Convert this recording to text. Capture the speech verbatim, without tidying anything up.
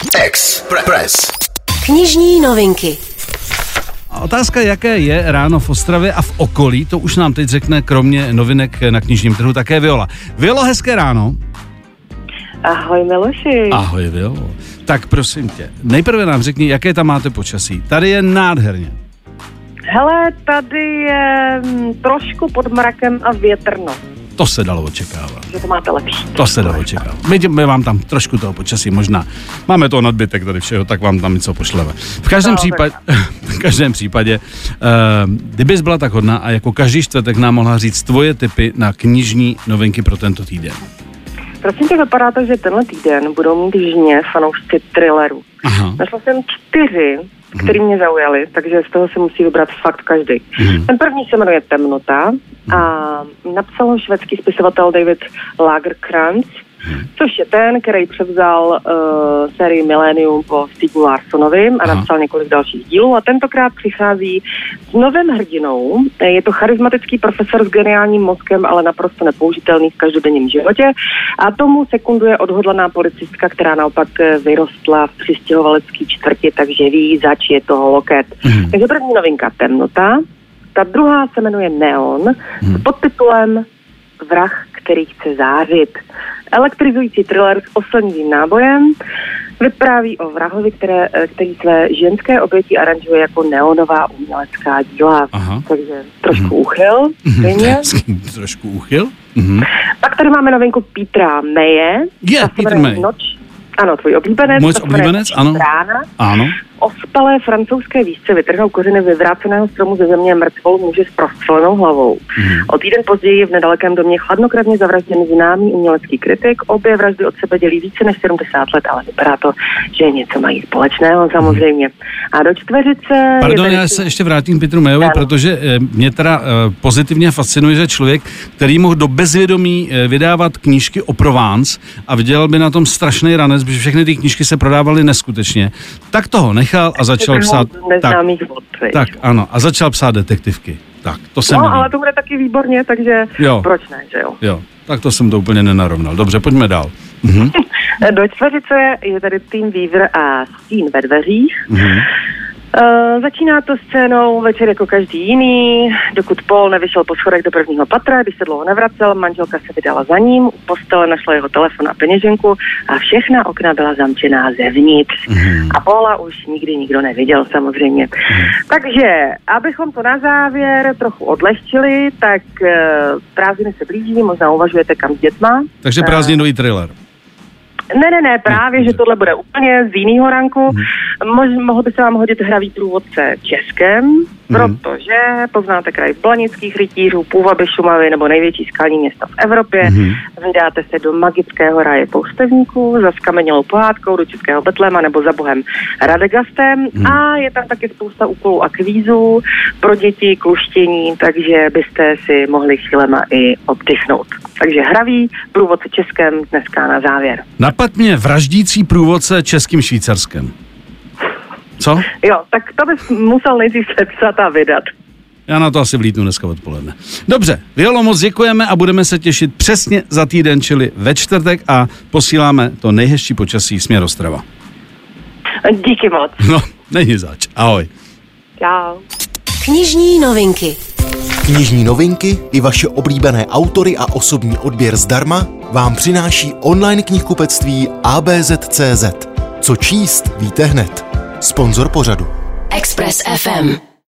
Express. Knižní novinky. A otázka, jaké je ráno v Ostravě a v okolí, to už nám teď řekne kromě novinek na knižním trhu také Viola. Violo, hezké ráno. Ahoj Miloši. Ahoj Violo. Tak prosím tě, nejprve nám řekni, jaké tam máte počasí. Tady je nádherně. Hele, tady je m, trošku pod mrakem a větrno. To se dalo očekávat. Že to máte lepší. To se dalo očekávat. My, my vám tam trošku toho počasí možná. Máme toho nadbytek tady všeho, tak vám tam něco pošleme. V každém no, případě, v každém případě, uh, kdybys byla tak hodná a jako každý čtvrtek nám mohla říct tvoje tipy na knižní novinky pro tento týden. Prosím tě, vypadá to, že tenhle týden budou mít žně fanoušci thrillerů. Našla jsem čtyři, který mě zaujaly, takže z toho se musí vybrat fakt každý. Mm. Ten první se jmenuje Temnota a napsal ho švédský spisovatel David Lagercrantz, což je ten, který převzal uh, sérii Millennium po Stiegu Larssonovi a napsal několik dalších dílů a tentokrát přichází s novým hrdinou. Je to charismatický profesor s geniálním mozkem, ale naprosto nepoužitelný v každodenním životě a tomu sekunduje odhodlaná policistka, která naopak vyrostla v přistěhovalecké čtvrti, takže ví, zač je toho loket. Mm. Takže první novinka Temnota. Ta druhá se jmenuje Neon mm. s podtitulem Vrah, který chce zářit. Elektrizující thriller s oslnivým nábojem vypráví o vrahovi, které, který své ženské oběti aranžuje jako neonová umělecká díla. Aha. Takže trošku mm. úchyl. Mm-hmm. Trošku úchyl. Mm-hmm. Pak tady máme novinku Petra Maye. Je, Peter May. Noč. Ano, tvůj oblíbenec. Můj oblíbenec, ano. Rána. Ano. Ospalé francouzské vísce vytrhnou kořeny vyvráceného stromu ze země mrtvou muže s prostřelenou hlavou. Mm. O týden později v nedalekém domě chladnokrevně zavražděn známý umělecký kritik. Obě vraždy od sebe dělí více než sedmdesát let, ale vypadá to, že něco mají společného samozřejmě. A do čtveřice... Pardon, já se ještě vrátím k Petru Mayovi, protože mě teda pozitivně fascinuje, že člověk, který mohl do bezvědomí vydávat knížky o Provence a vydělal by na tom strašný ranec, protože všechny ty knížky se prodávaly neskutečně, tak toho nechal a začal psát... Tak, vod, tak, ano, a začal psát detektivky. Tak, to jsem... No, ale to bude taky výborně, takže jo. Proč ne, že jo? Jo, tak to jsem to úplně nenarovnal. Dobře, pojďme dál. Mhm. Do čtveřice je tady Tým Weaver a Stín ve dveřích. Mhm. Uh, začíná to scénou večer jako každý jiný, dokud Paul nevyšel po schodech do prvního patra, když se dlouho nevracel, manželka se vydala za ním, u postele našla jeho telefon a peněženku a všechna okna byla zamčená zevnitř. Mm. A Paula už nikdy nikdo neviděl samozřejmě. Mm. Takže, abychom to na závěr trochu odlehčili, tak uh, prázdniny se blíží, možná uvažujete kam s dětma. Takže prázdninový thriller. Ne, ne, ne, právě, ne, že tohle bude úplně z jiného ranku. Hmm. Mož, mohl by se vám hodit hravý průvodce Českem, hmm. protože poznáte kraj blanických rytířů, půvaby Šumavy nebo největší skalní město v Evropě. Hmm. Vydáte se do magického ráje poustevníků za skamenělou pohádkou do českého Betléma nebo za bohem Radegastem. Hmm. A je tam taky spousta úkolů a kvízů pro děti, kluštění, takže byste si mohli chvílema i oddychnout. Takže hravý průvodce Českem dneska na závěr. Napad mě vraždící průvodce Českým Švýcarskem. Co? Jo, tak to bys musel nejdřív sepsat a vydat. Já na to asi vlítnu dneska odpoledne. Dobře, Violo, moc děkujeme a budeme se těšit přesně za týden, čili ve čtvrtek a posíláme to nejhezčí počasí směr Ostrava. Díky moc. No, není zač. Ahoj. Čau. Knižní novinky. Knižní novinky i vaše oblíbené autory a osobní odběr zdarma vám přináší online knihkupectví A B Z tečka cé zet. Co číst, víte hned. Sponzor pořadu. Express F M.